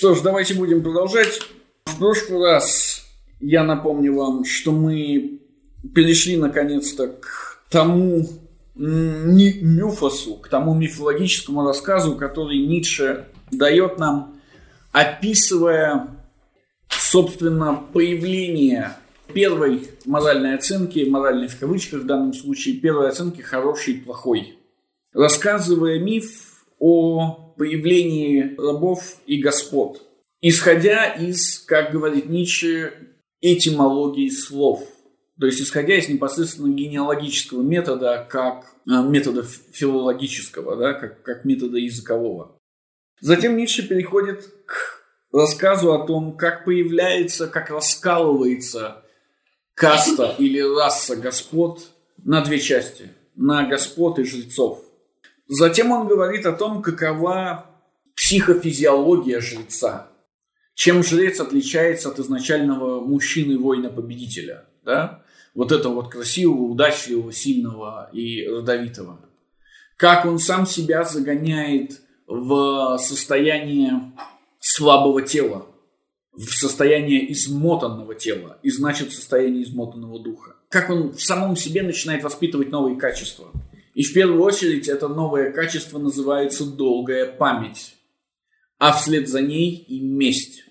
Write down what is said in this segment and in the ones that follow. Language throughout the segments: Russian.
Что ж, давайте будем продолжать. В прошлый раз я напомню вам, что мы перешли наконец-то к тому мифосу, к тому мифологическому рассказу, который Ницше дает нам, описывая, собственно, появление первой моральной оценки, моральной в кавычках в данном случае, первой оценки хороший и плохой, рассказывая миф о появлении рабов и господ, исходя из, как говорит Ницше, этимологии слов, то есть исходя из непосредственно генеалогического метода, как метода филологического, да, как метода языкового. Затем Ницше переходит к рассказу о том, как появляется, как раскалывается каста или раса господ на две части, на господ и жрецов. Затем он говорит о том, какова психофизиология жреца, чем жрец отличается от изначального мужчины-воина-победителя, да? Вот этого вот красивого, удачливого, сильного и родовитого. Как он сам себя загоняет в состояние слабого тела, в состояние измотанного тела, и значит в состоянии измотанного духа. Как он в самом себе начинает воспитывать новые качества. И в первую очередь это новое качество называется долгая память, а вслед за ней и месть.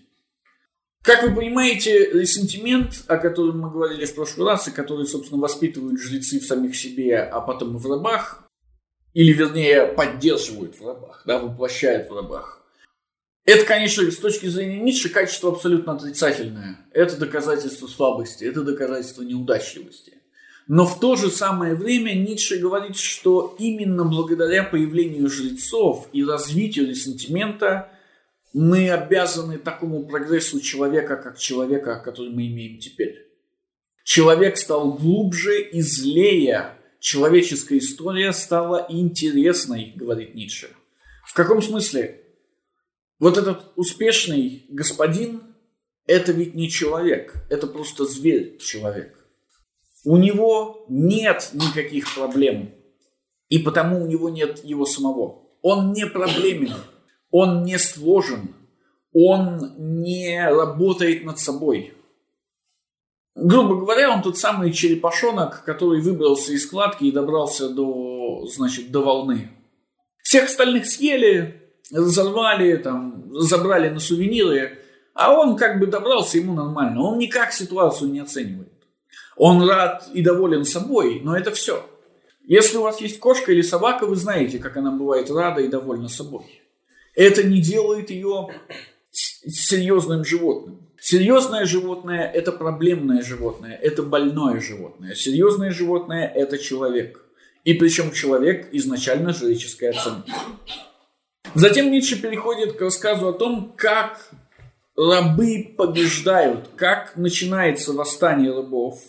Как вы понимаете, ресентимент, о котором мы говорили в прошлый раз, и который, собственно, воспитывают жрецы в самих себе, а потом и в рабах, или, вернее, поддерживают в рабах, да, воплощают в рабах. Это, конечно, с точки зрения Ницше, качество абсолютно отрицательное. Это доказательство слабости, это доказательство неудачливости. Но в то же самое время Ницше говорит, что именно благодаря появлению жрецов и развитию ресентимента мы обязаны такому прогрессу человека, который мы имеем теперь. Человек стал глубже и злее. Человеческая история стала интересной, говорит Ницше. В каком смысле? Вот этот успешный господин – это ведь не человек, это просто зверь-человек. У него нет никаких проблем, и потому у него нет его самого. Он не проблемен, он не сложен, он не работает над собой. Грубо говоря, он тот самый черепашонок, который выбрался из складки и добрался до волны. Всех остальных съели, разорвали, забрали на сувениры, а он как бы добрался, ему нормально. Он никак ситуацию не оценивает. Он рад и доволен собой, но это все. Если у вас есть кошка или собака, вы знаете, как она бывает рада и довольна собой. Это не делает ее серьезным животным. Серьезное животное – это проблемное животное, это больное животное. Серьезное животное – это человек. И причем человек изначально жреческой оценки. Затем Ницше переходит к рассказу о том, как рабы побеждают, как начинается восстание рабов,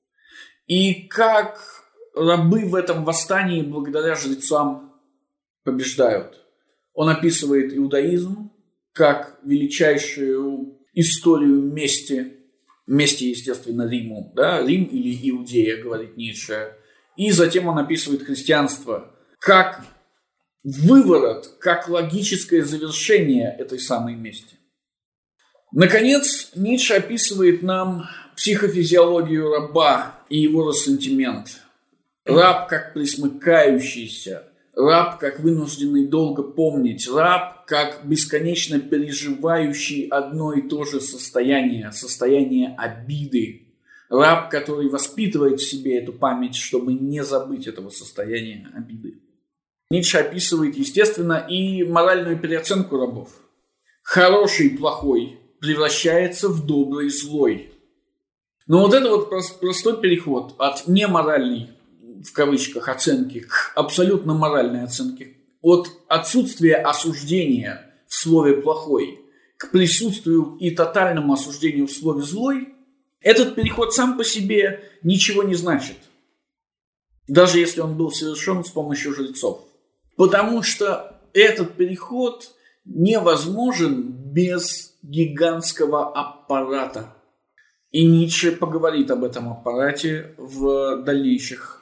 и как рабы в этом восстании благодаря жрецам побеждают. Он описывает иудаизм как величайшую историю мести, естественно, Риму, да? Рим или Иудея, говорит Ницше. И затем он описывает христианство как выворот, как логическое завершение этой самой мести. Наконец, Ницше описывает нам психофизиологию раба и его ресентимент. Раб как пресмыкающийся, раб как вынужденный долго помнить, раб как бесконечно переживающий одно и то же состояние обиды. Раб, который воспитывает в себе эту память, чтобы не забыть этого состояния обиды. Ницше описывает, естественно, и моральную переоценку рабов. Хороший и плохой превращается в добрый и злой. Но вот это вот простой переход от неморальной, в кавычках, оценки к абсолютно моральной оценке, от отсутствия осуждения в слове «плохой» к присутствию и тотальному осуждению в слове «злой», этот переход сам по себе ничего не значит, даже если он был совершен с помощью жрецов. Потому что этот переход невозможен без гигантского аппарата. И Ницше поговорит об этом аппарате в дальнейших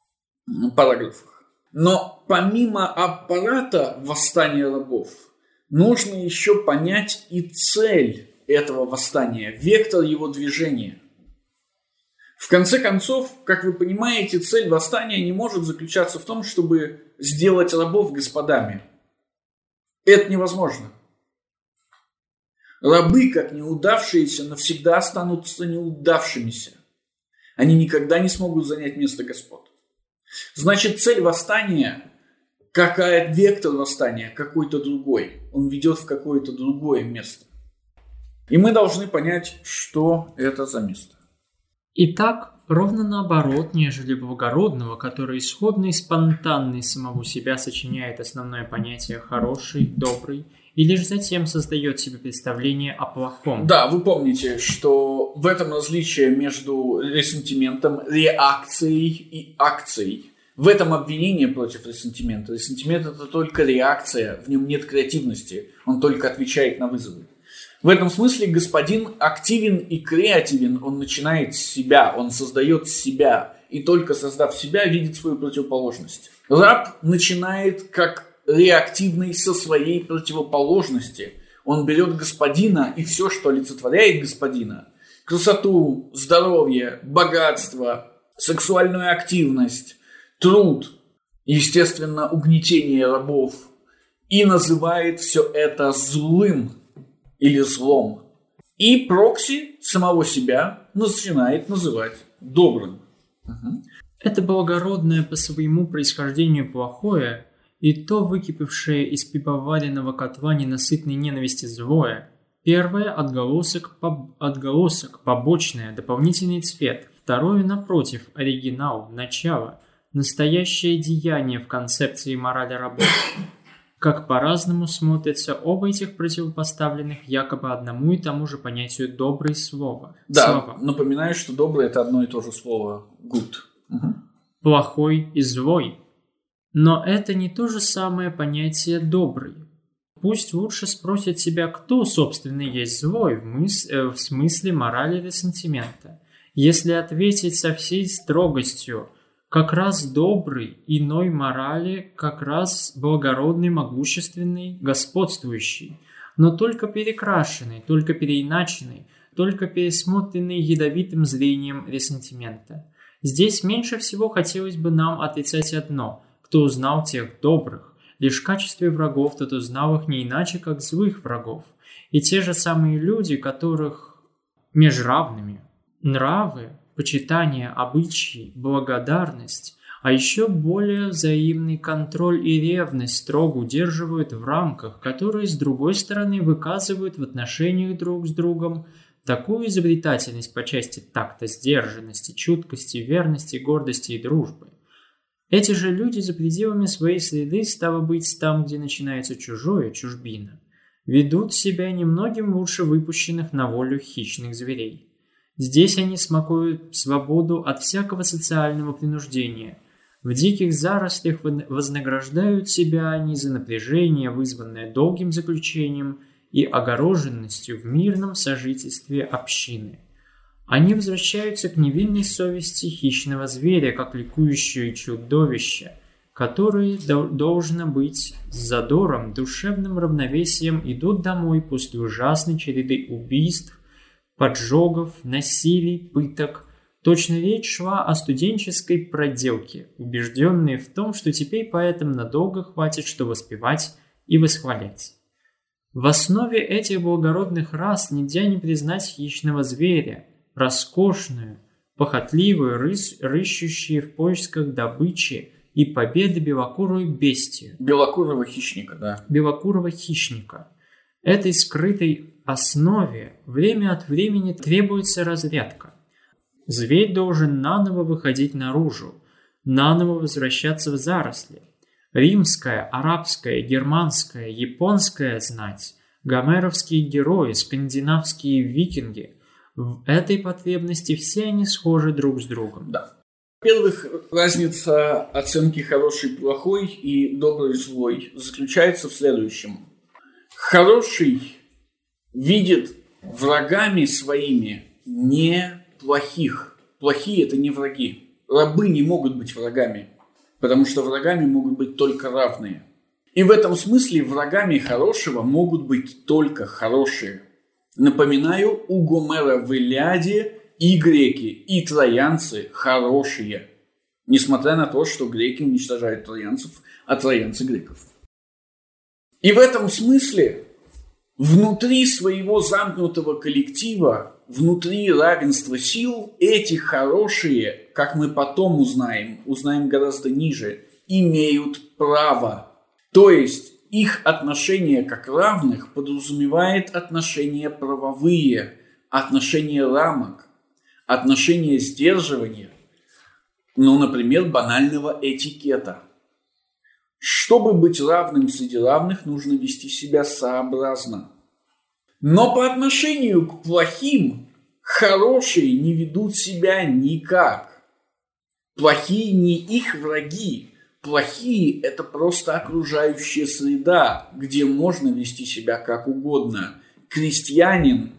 параграфах. Но помимо аппарата восстания рабов, нужно еще понять и цель этого восстания, вектор его движения. В конце концов, как вы понимаете, цель восстания не может заключаться в том, чтобы сделать рабов господами. Это невозможно. Рабы, как неудавшиеся, навсегда останутся неудавшимися. Они никогда не смогут занять место господ. Значит, цель восстания, вектор восстания какой-то другой. Он ведет в какое-то другое место. И мы должны понять, что это за место. Итак, ровно наоборот, нежели благородного, который исходно и спонтанно из самого себя сочиняет основное понятие «хороший», «добрый», и лишь затем создает себе представление о плохом. Да, вы помните, что в этом различие между ресентиментом, реакцией и акцией. В этом обвинение против ресентимента. Ресентимент – это только реакция, в нем нет креативности, он только отвечает на вызовы. В этом смысле господин активен и креативен, он начинает с себя, он создает себя, и только создав себя, видит свою противоположность. Раб начинает как реактивный со своей противоположности. Он берет господина и все, что олицетворяет господина, красоту, здоровье, богатство, сексуальную активность, труд, естественно, угнетение рабов, и называет все это злым или злом. И прокси самого себя начинает называть добрым. Это благородное по своему происхождению плохое, и то выкипевшее из пивоваренного котла ненасытной ненависти злое. Первое – отголосок, побочное, дополнительный цвет. Второе, напротив, оригинал, начало, настоящее деяние в концепции морали рабов. Как по-разному смотрятся оба этих противопоставленных якобы одному и тому же понятию «доброе слово». Да, слова. Напоминаю, что «доброе» – это одно и то же слово «good». Плохой и злой. Но это не то же самое понятие «добрый». Пусть лучше спросят себя, кто, собственно, есть злой в смысле морали или сантимента. Если ответить со всей строгостью, как раз добрый, иной морали, как раз благородный, могущественный, господствующий, но только перекрашенный, только переиначенный, только пересмотренный ядовитым зрением ресентимента. Здесь меньше всего хотелось бы нам отрицать одно: кто узнал тех добрых, лишь в качестве врагов, тот узнал их не иначе, как злых врагов. И те же самые люди, которых меж равными нравы, почитание, обычаи, благодарность, а еще более взаимный контроль и ревность строго удерживают в рамках, которые, с другой стороны, выказывают в отношениях друг с другом такую изобретательность по части такта, сдержанности, чуткости, верности, гордости и дружбы. Эти же люди за пределами своей среды, стало быть, там, где начинается чужое, чужбина, ведут себя немногим лучше выпущенных на волю хищных зверей. Здесь они смакуют свободу от всякого социального принуждения. В диких зарослях вознаграждают себя они за напряжение, вызванное долгим заключением и огороженностью в мирном сожительстве общины. Они возвращаются к невинной совести хищного зверя, как ликующее чудовище, которые, должно быть, с задором, душевным равновесием идут домой после ужасной череды убийств, поджогов, насилий, пыток. Точно речь шла о студенческой проделке, убежденные в том, что теперь поэтам надолго хватит, что воспевать и восхвалять. В основе этих благородных рас нельзя не признать хищного зверя, роскошную, похотливую, рыщущую в поисках добычи и победы белокурую бестию. Белокурого хищника, да. Белокурого хищника. Этой скрытой основе время от времени требуется разрядка. Зверь должен наново выходить наружу, наново возвращаться в заросли. Римская, арабская, германская, японская знать, гомеровские герои, скандинавские викинги – в этой потребности все они схожи друг с другом. Да. Во-первых, разница оценки хороший, плохой и добрый, злой заключается в следующем. Хороший видит врагами своими не плохих. Плохие – это не враги. Рабы не могут быть врагами, потому что врагами могут быть только равные. И в этом смысле врагами хорошего могут быть только хорошие. Напоминаю, у Гомера в Илиаде и греки, и троянцы хорошие. Несмотря на то, что греки уничтожают троянцев, а троянцы греков. И в этом смысле внутри своего замкнутого коллектива, внутри равенства сил, эти хорошие, как мы потом узнаем гораздо ниже, имеют право. То есть их отношение как равных подразумевает отношения правовые, отношения рамок, отношения сдерживания, например, банального этикета. Чтобы быть равным среди равных, нужно вести себя сообразно. Но по отношению к плохим, хорошие не ведут себя никак. Плохие не их враги. Плохие – это просто окружающая среда, где можно вести себя как угодно. Крестьянин,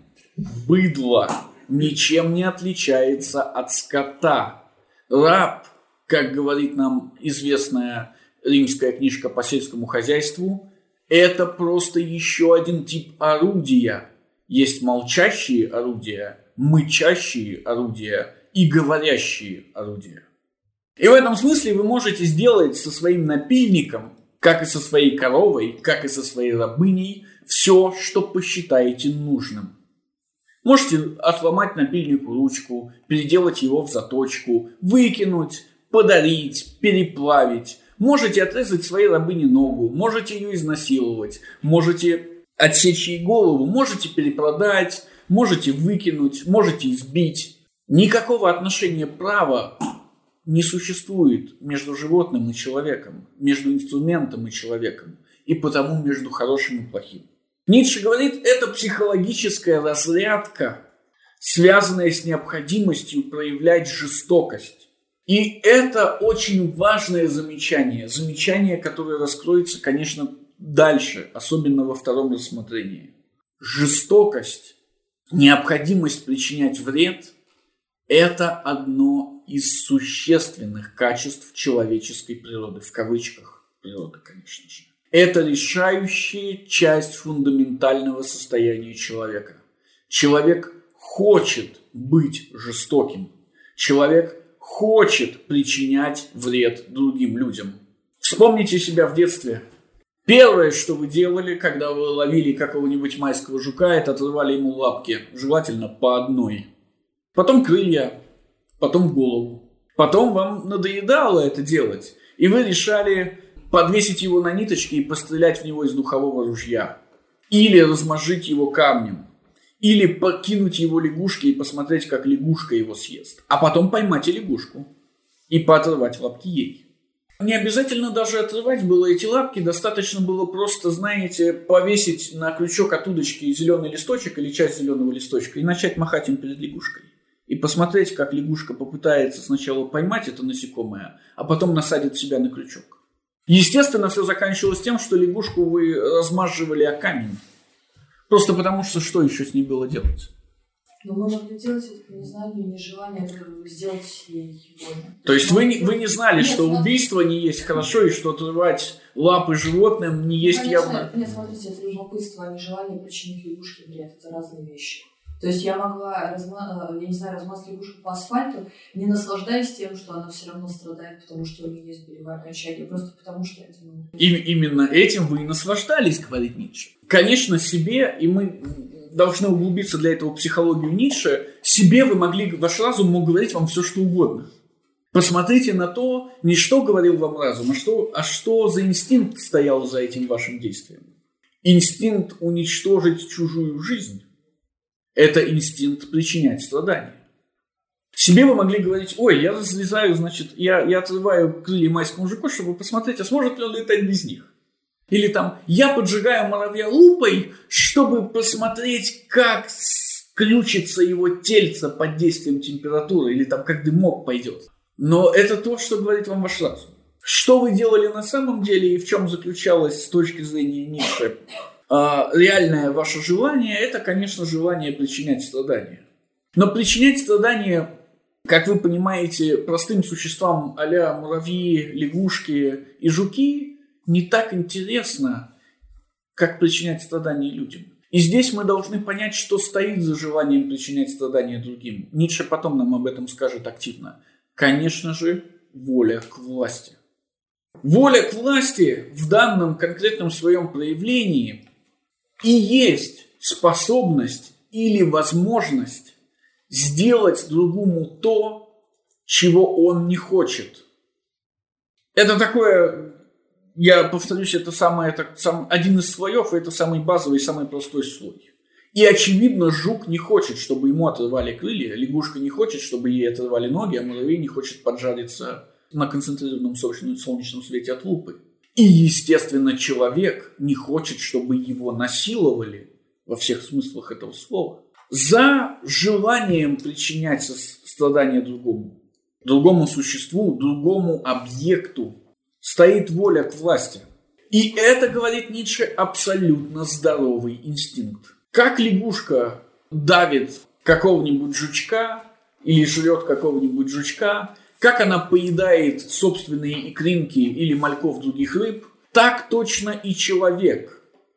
быдло, ничем не отличается от скота. Раб, как говорит нам известная римская книжка по сельскому хозяйству, это просто еще один тип орудия. Есть молчащие орудия, мычащие орудия и говорящие орудия. И в этом смысле вы можете сделать со своим напильником, как и со своей коровой, как и со своей рабыней, все, что посчитаете нужным. Можете отломать напильнику ручку, переделать его в заточку, выкинуть, подарить, переплавить. Можете отрезать своей рабыне ногу, можете ее изнасиловать, можете отсечь ей голову, можете перепродать, можете выкинуть, можете избить. Никакого отношения права не существует между животным и человеком, между инструментом и человеком, и потому между хорошим и плохим. Ницше говорит, это психологическая разрядка, связанная с необходимостью проявлять жестокость. И это очень важное замечание, которое раскроется, конечно, дальше, особенно во втором рассмотрении. Жестокость, необходимость причинять вред – это одно из существенных качеств человеческой природы, в кавычках природы, конечно же. Это решающая часть фундаментального состояния человека. Человек хочет быть жестоким. Человек хочет причинять вред другим людям. Вспомните себя в детстве. Первое, что вы делали, когда вы ловили какого-нибудь майского жука, это отрывали ему лапки, желательно по одной. Потом крылья, потом голову. Потом вам надоедало это делать, и вы решали подвесить его на ниточке и пострелять в него из духового ружья. Или размозжить его камнем. Или покинуть его лягушке и посмотреть, как лягушка его съест. А потом поймать и лягушку. И поотрывать лапки ей. Не обязательно даже отрывать было эти лапки. Достаточно было просто, знаете, повесить на крючок от удочки зеленый листочек или часть зеленого листочка и начать махать им перед лягушкой. И посмотреть, как лягушка попытается сначала поймать это насекомое, а потом насадит себя на крючок. Естественно, все заканчивалось тем, что лягушку вы размазывали о камень. Просто потому, что еще с ней было делать? Но мы могли делать это по незнанию и нежеланию сделать ей больно. То есть вы не знали, что убийство не есть хорошо, и что отрывать лапы животным не есть явно? Нет, смотрите, это любопытство, а не желание причинить лягушке вред. Это разные вещи. То есть я могла, размазать лягушку по асфальту, не наслаждаясь тем, что она все равно страдает, потому что у нее есть болевая окончание, просто потому что это могу. Именно этим вы и наслаждались, говорит Ницше. Конечно, себе, и мы должны углубиться для этого в психологию Ницше, себе ваш разум мог говорить вам все, что угодно. Посмотрите на то, не что говорил вам разум, а что за инстинкт стоял за этим вашим действием. Инстинкт уничтожить чужую жизнь. Это инстинкт причинять страдания. Себе вы могли говорить, ой, я разрезаю, я отрываю крылья майскому жуку, чтобы посмотреть, а сможет ли он летать без них. Или там, я поджигаю муравья лупой, чтобы посмотреть, как включится его тельце под действием температуры, или там, как дымок пойдет. Но это то, что говорит вам ваш разум. Что вы делали на самом деле и в чем заключалось с точки зрения Ницше реальное ваше желание, это, конечно, желание причинять страдания. Но причинять страдания, как вы понимаете, простым существам а-ля муравьи, лягушки и жуки, не так интересно, как причинять страдания людям. И здесь мы должны понять, что стоит за желанием причинять страдания другим. Ницше потом нам об этом скажет активно. Конечно же, воля к власти. Воля к власти в данном конкретном своем проявлении и есть способность или возможность сделать другому то, чего он не хочет. Это такое, я повторюсь, это один из слоев, и это самый базовый, самый простой слой. И, очевидно, жук не хочет, чтобы ему отрывали крылья, лягушка не хочет, чтобы ей отрывали ноги, а муравей не хочет поджариться на концентрированном солнечном свете от лупы. И, естественно, человек не хочет, чтобы его насиловали во всех смыслах этого слова. За желанием причинять страдания другому существу, другому объекту стоит воля к власти. И это, говорит Ницше, абсолютно здоровый инстинкт. Как лягушка давит какого-нибудь жучка или жрет какого-нибудь жучка, как она поедает собственные икринки или мальков других рыб, так точно и человек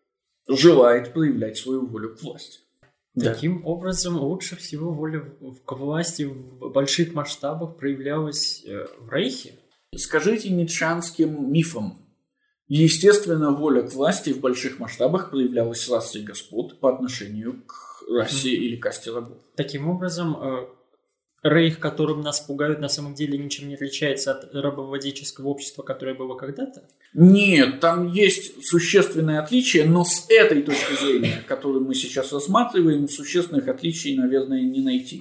желает проявлять свою волю к власти. Таким образом, лучше всего воля к власти в больших масштабах проявлялась в Рейхе? Скажите ницшанским мифам. Естественно, воля к власти в больших масштабах проявлялась расой господ по отношению к расе или касте рабов. Таким образом, Рейх, которым нас пугают, на самом деле ничем не отличается от рабовладельческого общества, которое было когда-то? Нет, там есть существенные отличия, но с этой точки зрения, которую мы сейчас рассматриваем, существенных отличий, наверное, не найти.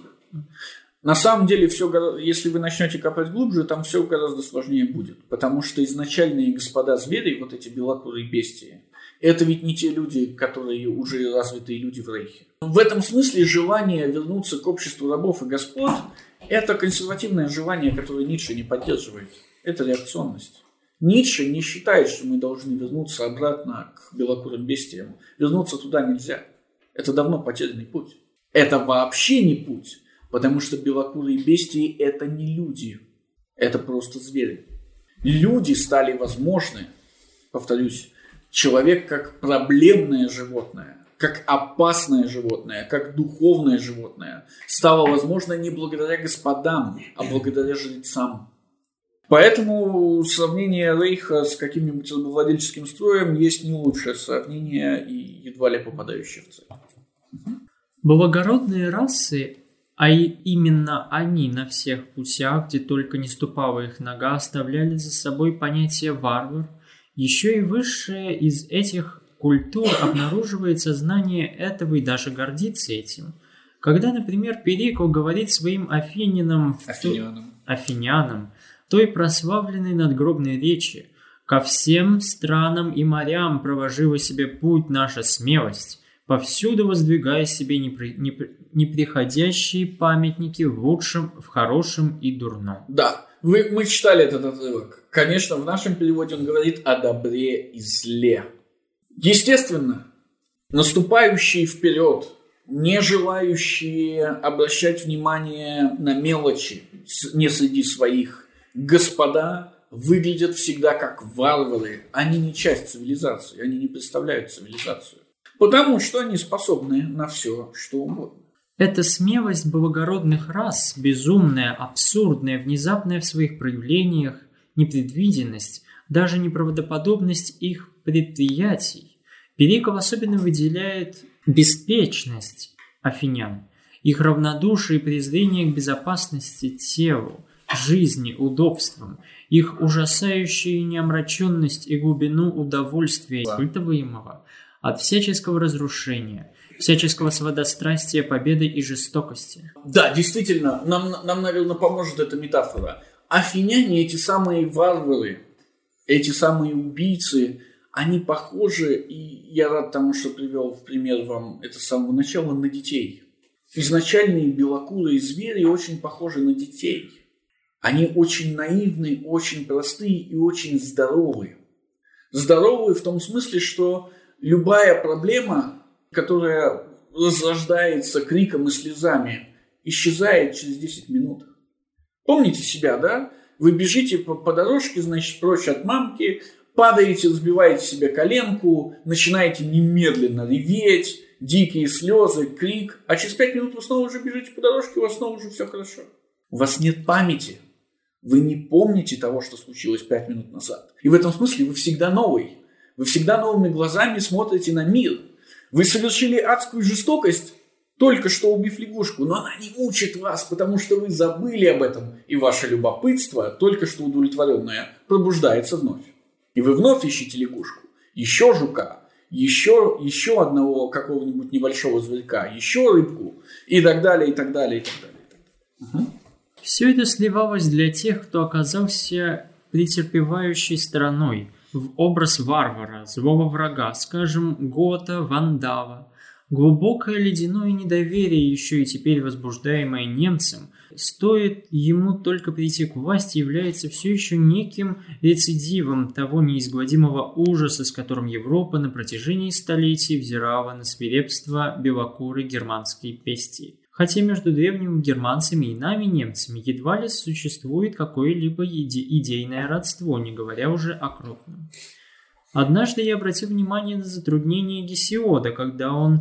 На самом деле, если вы начнете копать глубже, там все гораздо сложнее будет. Потому что изначальные господа звери, вот эти белокурые бестии, это ведь не те люди, которые уже развитые люди в Рейхе. В этом смысле желание вернуться к обществу рабов и господ – это консервативное желание, которое Ницше не поддерживает. Это реакционность. Ницше не считает, что мы должны вернуться обратно к белокурым бестиям. Вернуться туда нельзя. Это давно потерянный путь. Это вообще не путь. Потому что белокурые бестии – это не люди, это просто звери. Люди стали возможны, повторюсь, человек как проблемное животное, как опасное животное, как духовное животное стало возможно не благодаря господам, а благодаря жрецам. Поэтому сравнение Рейха с каким-нибудь рабовладельческим строем есть не лучшее сравнение и едва ли попадающее в цель. Благородные расы, а именно они на всех путях, где только не ступала их нога, оставляли за собой понятие «варвар». Еще и высшее из этих культур обнаруживает сознание этого и даже гордится этим. Когда, например, Перикл говорит своим афинянам той прославленной надгробной речи: «Ко всем странам и морям проложила себе путь наша смелость, повсюду воздвигая себе неприходящие памятники в хорошем и дурном». Да, мы читали этот отрывок. Конечно, в нашем переводе он говорит о добре и зле. Естественно, наступающие вперед, не желающие обращать внимание на мелочи не среди своих, господа выглядят всегда как варвары. Они не часть цивилизации, они не представляют цивилизацию. Потому что они способны на все, что угодно. Эта смелость благородных рас, безумная, абсурдная, внезапная в своих проявлениях, непредвиденность, даже неправдоподобность их предприятий. Перикл особенно выделяет беспечность афинян, их равнодушие и презрение к безопасности телу, жизни, удобствам, их ужасающую неомраченность и глубину удовольствия, испытываемого от всяческого разрушения, всяческого сладострастия, победы и жестокости. Да, действительно, нам, наверное, поможет эта метафора. Афиняне, эти самые варвары, эти самые убийцы, они похожи, и я рад тому, что привел в пример вам это с самого начала, на детей. Изначальные белокурые звери очень похожи на детей. Они очень наивны, очень простые и очень здоровые. Здоровые в том смысле, что любая проблема, которая разрождается криком и слезами, исчезает через 10 минут. Помните себя, да? Вы бежите по дорожке, значит, прочь от мамки, Падаете, разбиваете себе коленку, начинаете немедленно реветь, дикие слезы, крик, а через 5 минут вы снова уже бежите по дорожке, у вас снова уже все хорошо. У вас нет памяти. Вы не помните того, что случилось 5 минут назад. И в этом смысле вы всегда новый. Вы всегда новыми глазами смотрите на мир. Вы совершили адскую жестокость, только что убив лягушку, но она не мучит вас, потому что вы забыли об этом, и ваше любопытство, только что удовлетворенное, пробуждается вновь. И вы вновь ищете лягушку, еще жука, еще одного какого-нибудь небольшого зверька, еще рыбку, и так далее, и так далее, и так далее. Угу. Все это сливалось для тех, кто оказался претерпевающей стороной в образ варвара, злого врага, скажем, гота, вандала. Глубокое ледяное недоверие, еще и теперь возбуждаемое немцем, стоит ему только прийти к власти, является все еще неким рецидивом того неизгладимого ужаса, с которым Европа на протяжении столетий взирала на свирепство белокурой германской пести. Хотя между древними германцами и нами, немцами, едва ли существует какое-либо идейное родство, не говоря уже о крупном. Однажды я обратил внимание на затруднение Гесиода, когда он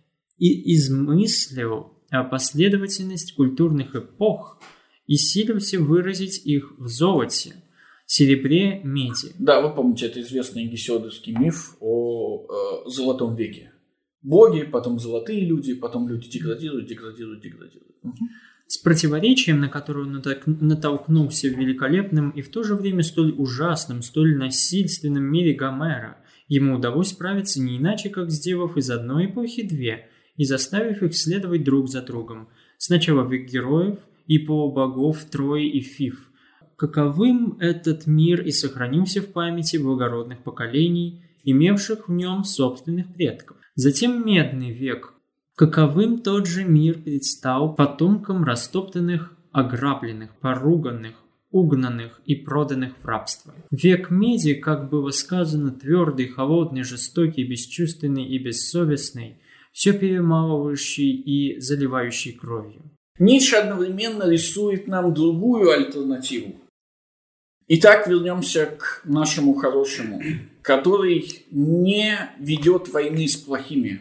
измыслил последовательность культурных эпох и силился выразить их в золоте, серебре, меди. Да, вы помните, это известный гесиодовский миф о Золотом веке. Боги, потом золотые люди, потом люди деградируют. Угу. С противоречием, на которое он натолкнулся в великолепном и в то же время столь ужасном, столь насильственном мире Гомера, ему удалось справиться не иначе, как сделав из одной эпохи две и заставив их следовать друг за другом. Сначала век героев и полубогов Трои и Фив. Каковым этот мир и сохранился в памяти благородных поколений, имевших в нем собственных предков. Затем Медный век. Каковым тот же мир предстал потомкам растоптанных, ограбленных, поруганных, угнанных и проданных в рабство. Век Меди, как было сказано, твердый, холодный, жестокий, бесчувственный и бессовестный, все перемалывающий и заливающий кровью. Ницше одновременно рисует нам другую альтернативу. Итак, вернемся к нашему хорошему, который не ведет войны с плохими,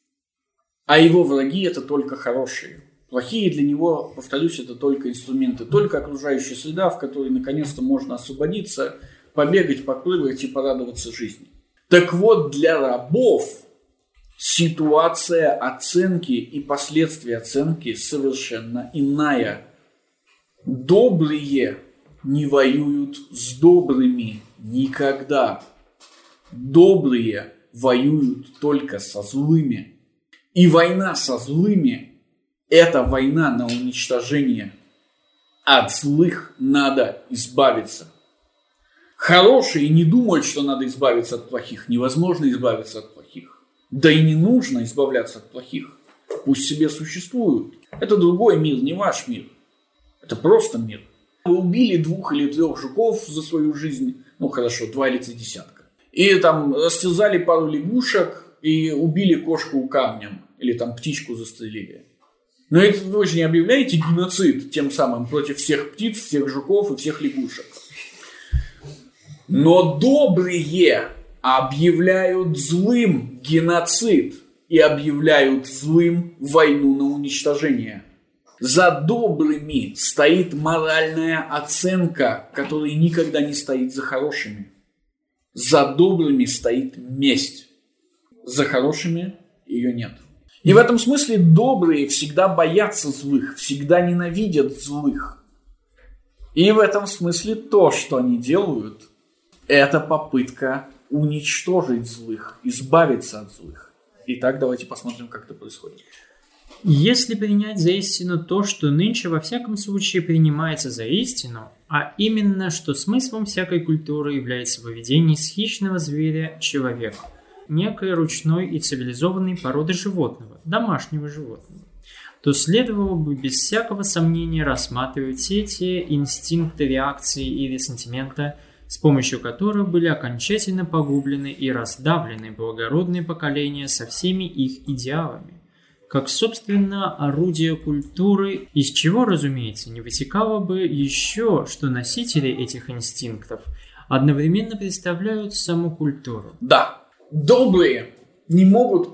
а его враги – это только хорошие. Плохие для него, повторюсь, это только инструменты, только окружающая среда, в которой наконец-то можно освободиться, побегать, поплывать и порадоваться жизни. Так вот, для рабов ситуация оценки и последствия оценки совершенно иная. Добрые не воюют с добрыми никогда. Добрые воюют только со злыми. И война со злыми – это война на уничтожение. От злых надо избавиться. Хорошие не думают, что надо избавиться от плохих. Невозможно избавиться от плохих. Да и не нужно избавляться от плохих. Пусть себе существуют. Это другой мир, не ваш мир. Это просто мир. Вы убили 2 или 3 жуков за свою жизнь. Ну хорошо, 2 или 3 десятка. И там растерзали пару лягушек и убили кошку камнем. Или там птичку застрелили. Но это вы же не объявляете геноцид тем самым против всех птиц, всех жуков и всех лягушек. Но добрые объявляют злым геноцид и объявляют злым войну на уничтожение. За добрыми стоит моральная оценка, которая никогда не стоит за хорошими. За добрыми стоит месть. За хорошими ее нет. И в этом смысле добрые всегда боятся злых, всегда ненавидят злых. И в этом смысле то, что они делают, это попытка уничтожить злых, избавиться от злых. Итак, давайте посмотрим, как это происходит. Если принять за истину то, что нынче во всяком случае принимается за истину, а именно, что смыслом всякой культуры является выведение из хищного зверя человека, некой ручной и цивилизованной породы животного, домашнего животного, то следовало бы без всякого сомнения рассматривать все те инстинкты, реакции и ресентимента, с помощью которых были окончательно погублены и раздавлены благородные поколения со всеми их идеалами, как, собственно, орудие культуры, из чего, разумеется, не вытекало бы еще, что носители этих инстинктов одновременно представляют саму культуру. Да, рабы не могут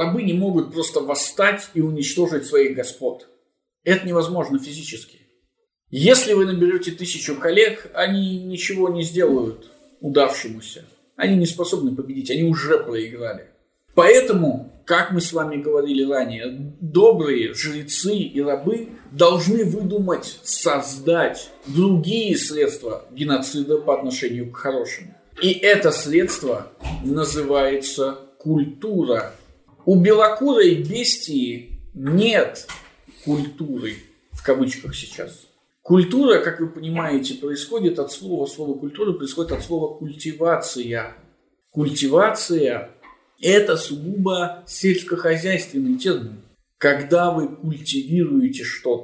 просто восстать и уничтожить своих господ. Это невозможно физически. Если вы наберете 1000 коллег, они ничего не сделают удавшемуся. Они не способны победить, они уже проиграли. Поэтому, как мы с вами говорили ранее, добрые жрецы и рабы должны выдумать, создать другие средства геноцида по отношению к хорошим. И это средство называется культура. У белокурой бестии нет культуры, в кавычках сейчас. Культура, как вы понимаете, происходит от слова культура происходит от слова культивация. Культивация – это сугубо сельскохозяйственный термин. Когда вы культивируете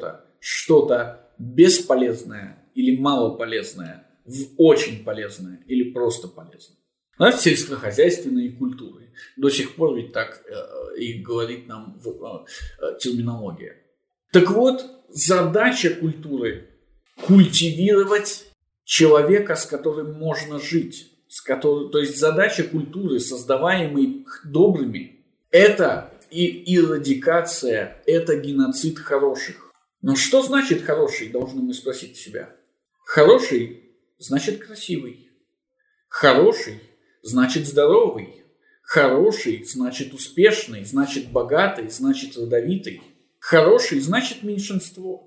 что-то бесполезное или малополезное, в очень полезное или просто полезное. Знаете, сельскохозяйственные культуры. До сих пор ведь так и говорит нам терминология. Так вот, задача культуры – культивировать человека, с которым можно жить. То есть задача культуры, создаваемой добрыми, это и эрадикация, это геноцид хороших. Но что значит хороший, должны мы спросить себя. Хороший значит красивый. Хороший значит здоровый. Хороший значит успешный, значит богатый, значит родовитый. Хороший значит меньшинство.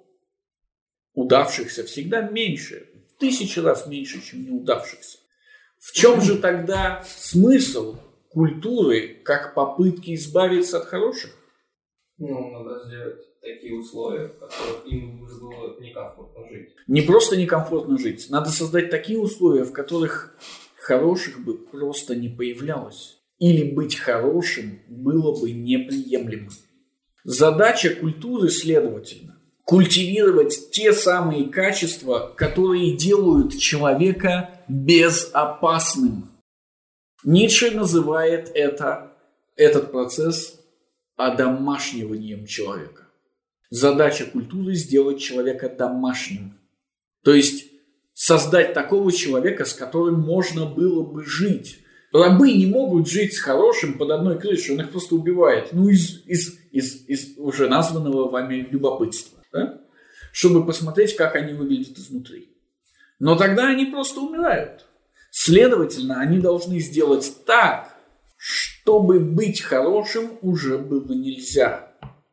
Удавшихся всегда меньше, в 1000 раз меньше, чем неудавшихся. В чем же тогда смысл культуры, как попытки избавиться от хороших? Надо сделать такие условия, в которых им было некомфортно жить. Не просто некомфортно жить, надо создать такие условия, в которых хороших бы просто не появлялось. Или быть хорошим было бы неприемлемым. Задача культуры, следовательно, культивировать те самые качества, которые делают человека безопасным. Ницше называет этот процесс одомашниванием человека. Задача культуры – сделать человека домашним. То есть создать такого человека, с которым можно было бы жить. Рабы не могут жить с хорошим под одной крышей, он их просто убивает. Из уже названного вами любопытства. Да? Чтобы посмотреть, как они выглядят изнутри. Но тогда они просто умирают. Следовательно, они должны сделать так, чтобы быть хорошим уже было нельзя.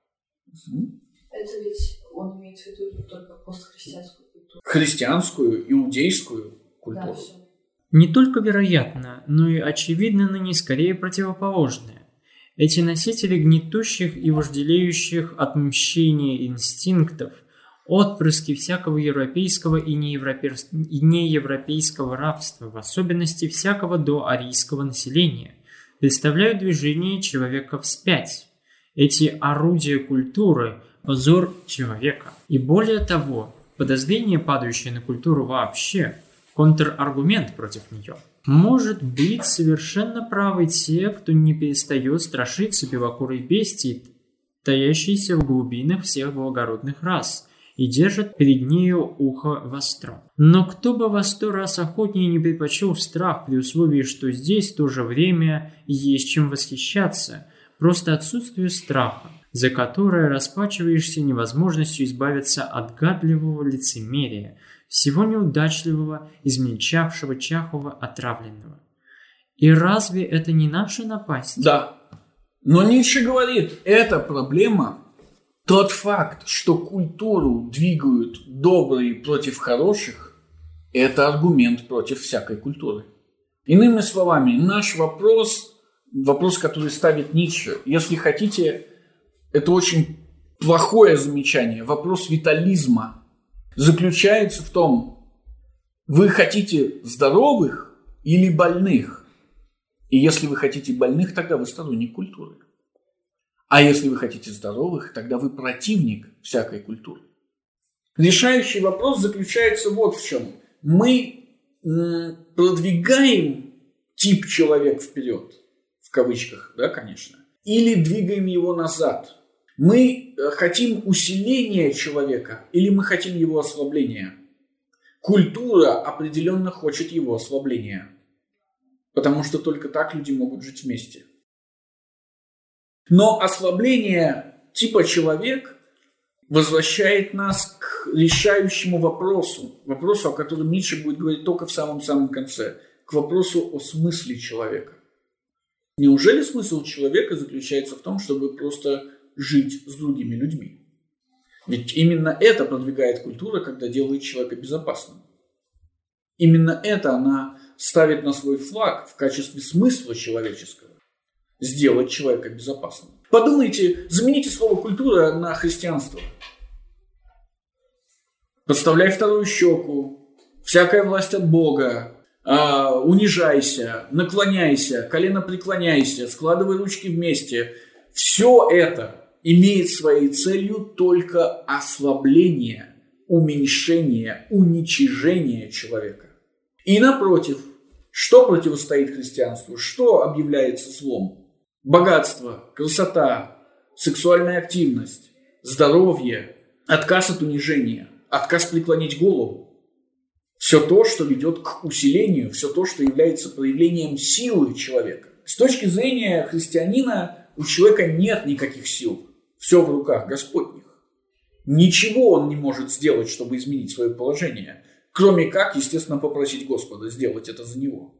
Это ведь он имеет в виду только постхристианскую культуру. Христианскую, иудейскую культуру. Да, все. Не только вероятно, но и очевидно ныне скорее противоположное. Эти носители гнетущих и вожделеющих отмщения инстинктов, отпрыски всякого европейского и неевропейского рабства, в особенности всякого доарийского населения, представляют движение человека вспять. Эти орудия культуры – позор человека. И более того, подозрение, падающее на культуру вообще, контраргумент против нее. Может быть, совершенно правы те, кто не перестает страшиться белокурой бестии, таящейся в глубинах всех благородных рас, и держит перед нею ухо востро. Но кто бы во 100 раз охотнее не предпочел страх при условии, что здесь в то же время есть чем восхищаться, просто отсутствию страха, за которое расплачиваешься невозможностью избавиться от гадливого лицемерия, всего неудачливого, измельчавшего, чахлого, отравленного. И разве это не наша напасть? Да. Но Ницше говорит, эта проблема, тот факт, что культуру двигают добрые против хороших, это аргумент против всякой культуры. Иными словами, наш вопрос, который ставит Ницше, если хотите, это очень плохое замечание, вопрос витализма, заключается в том, вы хотите здоровых или больных? И если вы хотите больных, тогда вы сторонник культуры. А если вы хотите здоровых, тогда вы противник всякой культуры. Решающий вопрос заключается вот в чем. Мы продвигаем тип человек вперед, в кавычках, да, конечно, или двигаем его назад. Мы хотим усиления человека или мы хотим его ослабления? культура определенно хочет его ослабления. Потому что только так люди могут жить вместе. Но ослабление типа человек возвращает нас к решающему вопросу, о котором Ницше будет говорить только в самом-самом конце, к вопросу о смысле человека. Неужели смысл человека заключается в том, чтобы просто жить с другими людьми? Ведь именно это продвигает культура, когда делает человека безопасным. Именно это она ставит на свой флаг в качестве смысла человеческого. Сделать человека безопасным. Подумайте, замените слово «культура» на христианство. Подставляй вторую щеку, всякая власть от Бога, унижайся, наклоняйся, колено преклоняйся, складывай ручки вместе. Все это имеет своей целью только ослабление, уменьшение, уничижение человека. И напротив, что противостоит христианству? Что объявляется злом? Богатство, красота, сексуальная активность, здоровье, отказ от унижения, отказ преклонить голову. Все то, что ведет к усилению, все то, что является проявлением силы человека. С точки зрения христианина у человека нет никаких сил. Все в руках Господних. Ничего он не может сделать, чтобы изменить свое положение, кроме как, естественно, попросить Господа сделать это за него.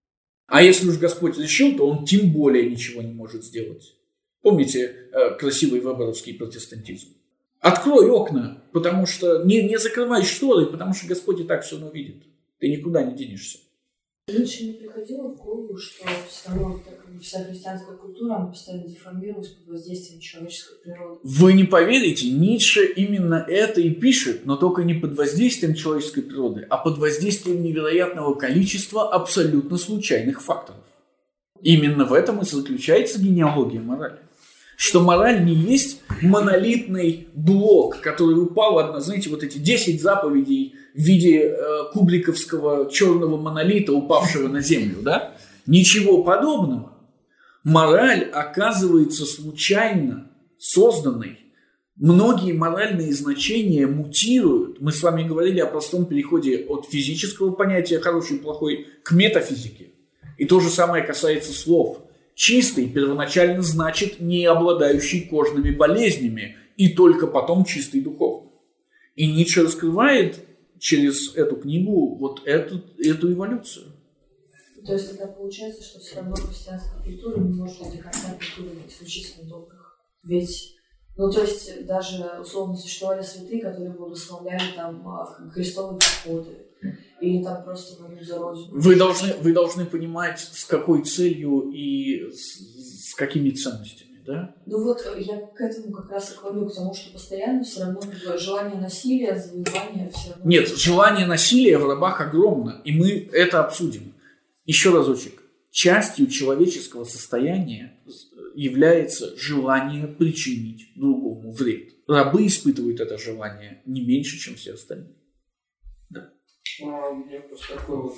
А если уж Господь решил, то он тем более ничего не может сделать. Помните красивый веберовский протестантизм? Открой окна, потому что не закрывай шторы, потому что Господь и так все равно видит. Ты никуда не денешься. Раньше не приходило в голову, что все равно вся христианская культура она постоянно деформировалась под воздействием человеческой природы. Вы не поверите, Ницше именно это и пишет, но только не под воздействием человеческой природы, а под воздействием невероятного количества абсолютно случайных факторов. Именно в этом и заключается генеалогия морали. Что мораль не есть монолитный блок, который упал, знаете, вот эти 10 заповедей в виде кубликовского черного монолита, упавшего на землю, да? Ничего подобного. Мораль оказывается случайно созданной. Многие моральные значения мутируют. Мы с вами говорили о простом переходе от физического понятия хороший и плохой к метафизике. И то же самое касается слов. Чистый первоначально значит не обладающий кожными болезнями, и только потом чистый духовно. И Ницше раскрывает через эту книгу вот эту эволюцию. То есть тогда получается, что все равно христианская культура не может до конца культуры исключительно добрых. Ведь, то есть даже условно существовали святые, которые благословляли там крестовые походы. Или там просто войну за родину. Вы должны понимать, с какой целью и с какими ценностями, да? Я к этому как раз и клоню, к тому, что постоянно все равно желание насилия, завоевания все равно... Нет, желание насилия в рабах огромно, и мы это обсудим. Еще разочек. Частью человеческого состояния является желание причинить другому вред. Рабы испытывают это желание не меньше, чем все остальные. Да. У меня просто такой вот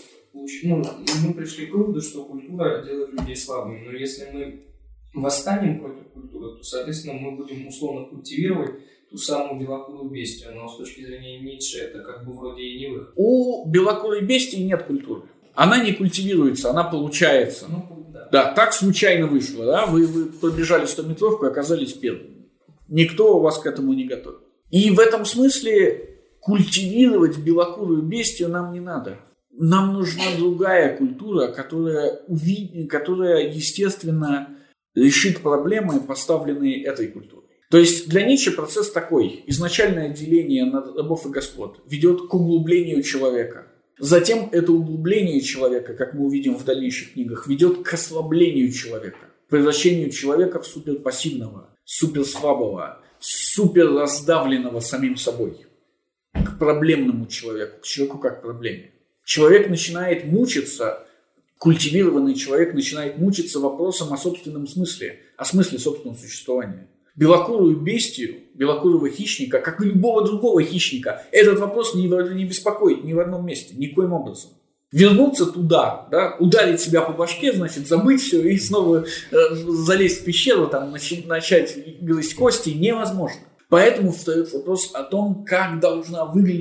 мы пришли к выводу, что культура делает людей слабыми. Но если мы восстанем против культуры, то, соответственно, мы будем условно культивировать ту самую белокурую бестию. Но с точки зрения Ницше это как бы вроде и не выход. У белокурой бестии нет культуры. Она не культивируется, она получается. Да, так случайно вышло. Да? Вы пробежали 100-метровку и оказались первыми. Никто вас к этому не готовит. И в этом смысле культивировать белокурую бестию нам не надо. Нам нужна другая культура, которая естественно, решит проблемы, поставленные этой культурой. То есть для Ницше процесс такой. Изначальное деление на рабов и господ ведет к углублению человека. Затем это углубление человека, как мы увидим в дальнейших книгах, ведет к ослаблению человека. Превращению человека в суперпассивного, суперслабого, суперраздавленного самим собой. К проблемному человеку, к человеку как проблеме. Человек начинает мучиться, культивированный человек начинает мучиться вопросом о собственном смысле, о смысле собственного существования. Белокурую бестию, белокурого хищника, как и любого другого хищника, этот вопрос не беспокоит ни в одном месте, никоим образом. Вернуться туда, да, ударить себя по башке, значит, забыть все и снова залезть в пещеру, там, начать грызть кости невозможно. Поэтому встает вопрос о том, как должна выглядеть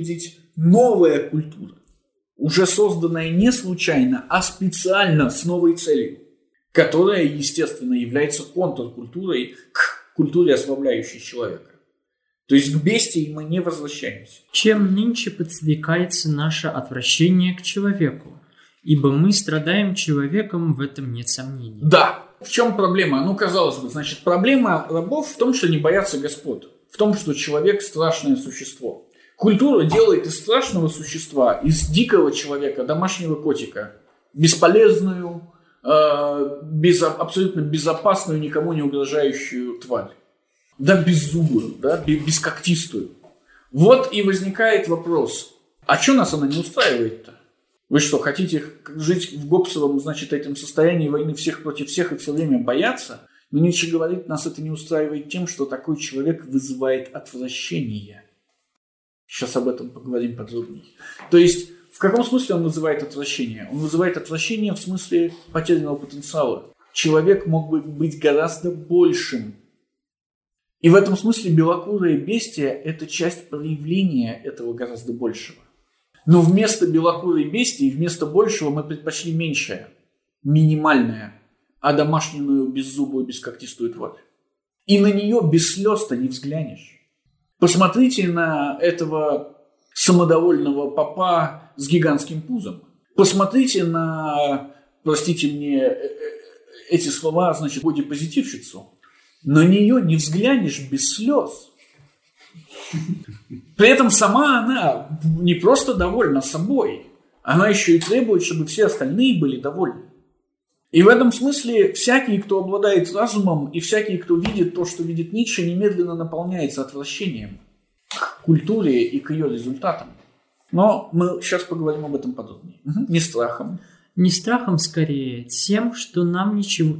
новая культура, уже созданная не случайно, а специально с новой целью, которая, естественно, является контркультурой к культуре, ослабляющей человека. То есть к бестии мы не возвращаемся. Чем нынче подсвекается наше отвращение к человеку, ибо мы страдаем человеком, в этом нет сомнений. Да. В чем проблема? Ну, казалось бы, значит, проблема рабов в том, что не боятся господ, в том, что человек – страшное существо. Культура делает из страшного существа, из дикого человека, домашнего котика, бесполезную, абсолютно безопасную, никому не угрожающую тварь. Да, беззубую, да, бескогтистую. Вот и возникает вопрос, а что нас она не устраивает-то? Вы что, хотите жить в Гоббсовом, значит, этом состоянии войны всех против всех и все время бояться? Но Ницше говорит, нас это не устраивает тем, что такой человек вызывает отвращение. Сейчас об этом поговорим подробнее. То есть, в каком смысле он вызывает отвращение? Он вызывает отвращение в смысле потерянного потенциала. Человек мог бы быть гораздо большим. И в этом смысле белокурая бестия – это часть проявления этого гораздо большего. Но вместо белокурой бестии, вместо большего мы предпочли меньшее, минимальное, одомашненную, беззубую, бескогтистую тварь. И на нее без слез-то не взглянешь. Посмотрите на этого самодовольного попа с гигантским пузом. Посмотрите на, простите мне эти слова, значит, бодипозитивщицу. На нее не взглянешь без слез. При этом сама она не просто довольна собой, она еще и требует, чтобы все остальные были довольны. И в этом смысле всякий, кто обладает разумом, и всякий, кто видит то, что видит Ницше, немедленно наполняется отвращением к культуре и к ее результатам. Но мы сейчас поговорим об этом подробнее. Не страхом. Не страхом, скорее, тем, что нам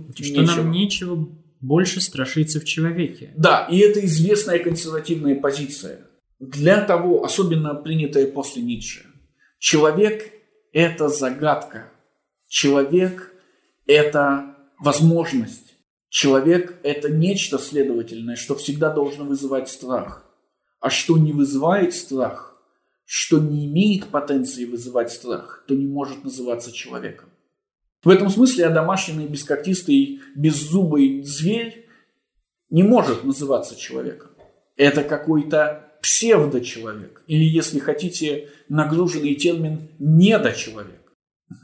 нечего больше страшиться в человеке. Да, и это известная консервативная позиция. Для того, особенно принятая после Ницше, человек – это загадка. Человек – это возможность. Человек – это нечто следовательное, что всегда должно вызывать страх. А что не вызывает страх, что не имеет потенции вызывать страх, то не может называться человеком. В этом смысле одомашненный, бескогтистый, беззубый зверь не может называться человеком. Это какой-то псевдочеловек. Или, если хотите, нагруженный термин недочеловек.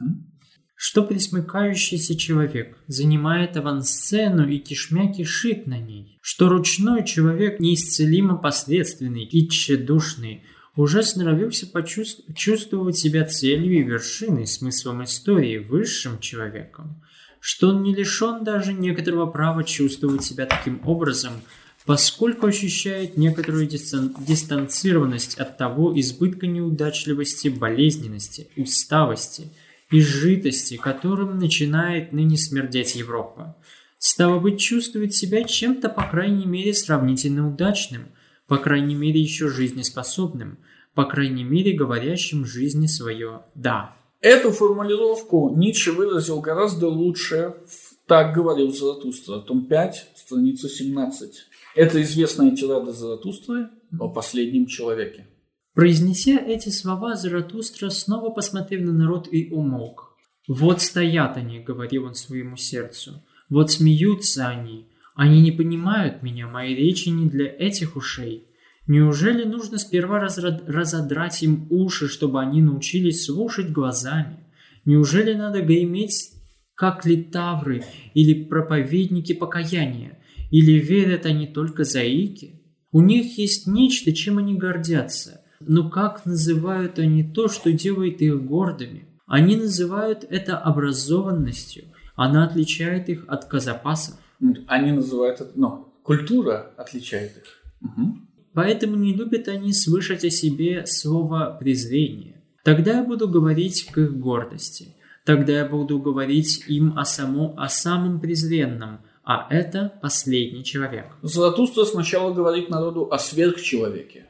Что пресмыкающийся человек занимает авансцену и кишмя кишит на ней. Что ручной человек неисцелимо последственный и тщедушный уже сноровился чувствовать себя целью и вершиной, смыслом истории, высшим человеком, что он не лишен даже некоторого права чувствовать себя таким образом, поскольку ощущает некоторую дистанцированность от того избытка неудачливости, болезненности, усталости, изжитости, которым начинает ныне смердеть Европа. Стало быть, чувствует себя чем-то, по крайней мере, сравнительно удачным, по крайней мере, еще жизнеспособным, по крайней мере, говорящим жизни свое «да». Эту формулировку Ницше выразил гораздо лучше, так говорил Заратустра, том 5, страница 17. Это известная тирада Заратустры о последнем человеке. Произнеся эти слова, Заратустра снова посмотрел на народ и умолк. «Вот стоят они», — говорил он своему сердцу, — «вот смеются они. Они не понимают меня, мои речи не для этих ушей. Неужели нужно сперва разодрать им уши, чтобы они научились слушать глазами? Неужели надо греметь, как литавры или проповедники покаяния? Или верят они только заики? У них есть нечто, чем они гордятся. Но как называют они то, что делает их гордыми? Они называют это образованностью. Она отличает их от казапасов. Они называют это, культура отличает их. Угу. Поэтому не любят они слышать о себе слово презрение. Тогда я буду говорить к их гордости. Тогда я буду говорить им о самом презренном, а это последний человек. Заратустра сначала говорит народу о сверхчеловеке,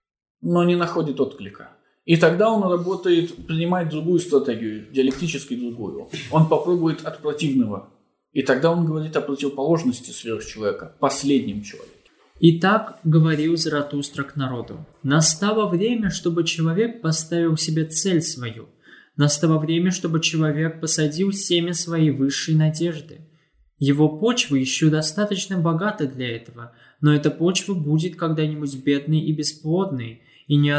но не находит отклика. И тогда он принимает другую стратегию, диалектически другую. Он попробует от противного. И тогда он говорит о противоположности сверхчеловека, последнем человеке. Итак, говорил Заратустра к народу, настало время, чтобы человек поставил себе цель свою. Настало время, чтобы человек посадил семя своей высшей надежды. Его почвы еще достаточно богаты для этого, но эта почва будет когда-нибудь бедной и бесплодной, и ни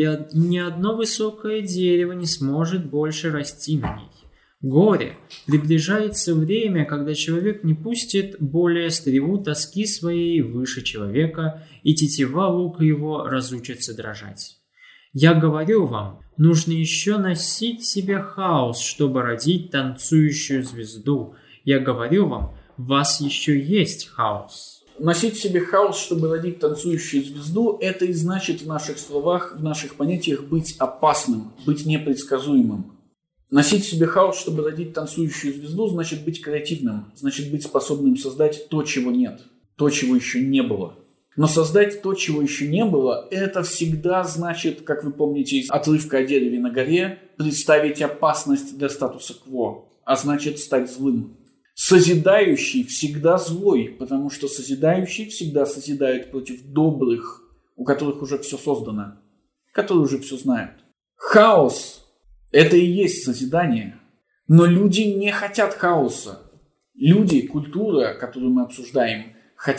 одно высокое дерево не сможет больше расти на ней. Горе! Приближается время, когда человек не пустит более стрелу тоски своей выше человека, и тетива лука его разучится дрожать. Я говорю вам, нужно еще носить в себе хаос, чтобы родить танцующую звезду. Я говорю вам, в вас еще есть хаос. Носить в себе хаос, чтобы родить танцующую звезду, это и значит в наших словах, в наших понятиях быть опасным, быть непредсказуемым. Носить в себе хаос, чтобы родить танцующую звезду, значит быть креативным, значит быть способным создать то, чего нет, то, чего еще не было. Но создать то, чего еще не было, это всегда значит, как вы помните из отрывка о дереве на горе, представить опасность для статуса кво, а значит стать злым. Созидающий всегда злой, потому что созидающий всегда созидает против добрых, у которых уже все создано, которые уже все знают. Хаос – это и есть созидание, но люди не хотят хаоса. Люди, культура, которую мы обсуждаем,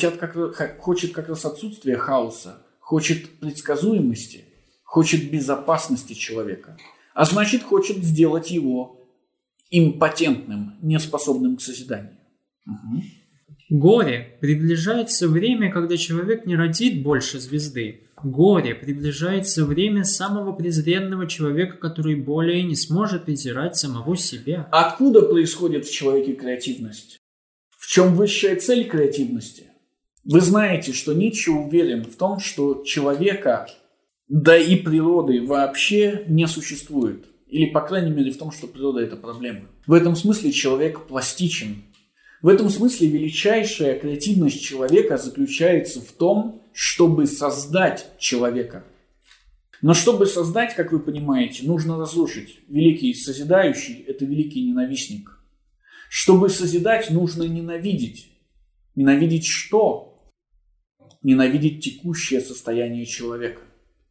хочет как раз отсутствия хаоса, хочет предсказуемости, хочет безопасности человека, а значит хочет сделать его импотентным, неспособным к созиданию. Угу. Горе! Приближается время, когда человек не родит больше звезды. Горе! Приближается время самого презренного человека, который более не сможет презирать самого себя. Откуда происходит в человеке креативность? В чем высшая цель креативности? Вы знаете, что Ницше уверен в том, что человека, да и природы вообще не существует. Или, по крайней мере, в том, что природа – это проблема. В этом смысле человек пластичен. В этом смысле величайшая креативность человека заключается в том, чтобы создать человека. Но чтобы создать, как вы понимаете, нужно разрушить. Великий созидающий – это великий ненавистник. Чтобы созидать, нужно ненавидеть. Ненавидеть что? Ненавидеть текущее состояние человека.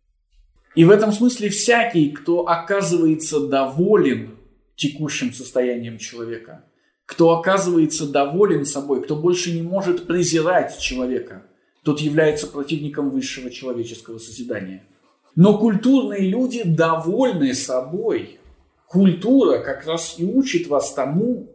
И в этом смысле всякий, кто оказывается доволен текущим состоянием человека, кто оказывается доволен собой, кто больше не может презирать человека, тот является противником высшего человеческого созидания. Но культурные люди довольны собой. Культура как раз и учит вас тому,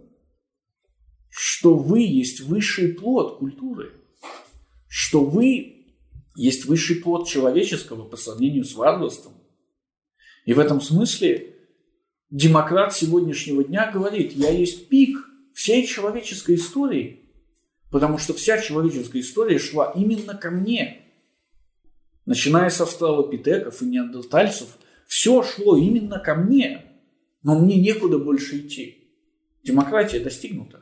что вы есть высший плод культуры, что вы есть высший плод человеческого по сравнению с варварством. И в этом смысле демократ сегодняшнего дня говорит: я есть пик всей человеческой истории, потому что вся человеческая история шла именно ко мне. Начиная с австралопитеков и неандертальцев, все шло именно ко мне, но мне некуда больше идти. Демократия достигнута.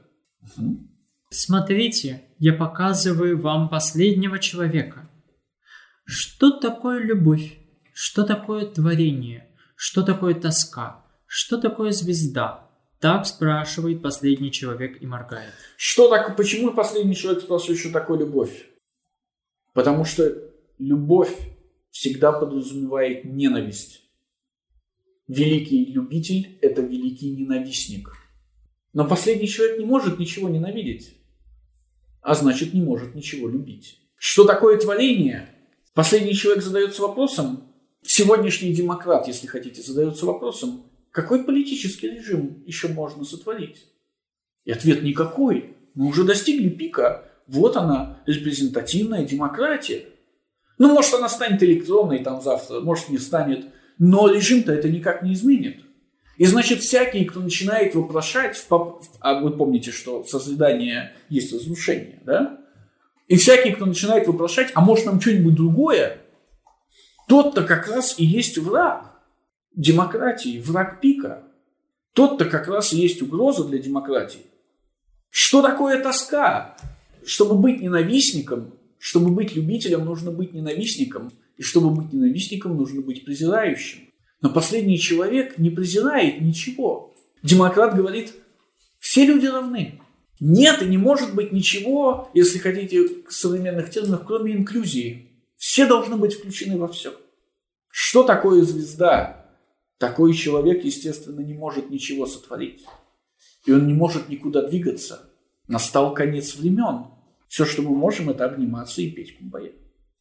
Смотрите, я показываю вам последнего человека. Что такое любовь? Что такое творение? Что такое тоска? Что такое звезда? Так спрашивает последний человек и моргает. Почему последний человек спрашивает, что такое любовь? Потому что любовь всегда подразумевает ненависть. Великий любитель – это великий ненавистник. Но последний человек не может ничего ненавидеть, а значит не может ничего любить. Что такое творение? Последний человек задается вопросом, сегодняшний демократ, если хотите, задается вопросом, какой политический режим еще можно сотворить? И ответ – никакой. Мы уже достигли пика. Вот она, репрезентативная демократия. Ну, может, она станет электронной там завтра, может, не станет. Но режим-то это никак не изменит. И значит, всякий, кто начинает вопрошать, а вы помните, что в созидании есть разрушение, да? И всякий, кто начинает вопрошать, а может нам что-нибудь другое, тот-то как раз и есть враг демократии, враг пика. Тот-то как раз и есть угроза для демократии. Что такое тоска? Чтобы быть ненавистником, чтобы быть любителем, нужно быть ненавистником. И чтобы быть ненавистником, нужно быть презирающим. Но последний человек не презирает ничего. Демократ говорит, все люди равны. Нет и не может быть ничего, если хотите, современных терминов, кроме инклюзии. Все должны быть включены во все. Что такое звезда? Такой человек, естественно, не может ничего сотворить. И он не может никуда двигаться. Настал конец времен. Все, что мы можем, это обниматься и петь кумбая.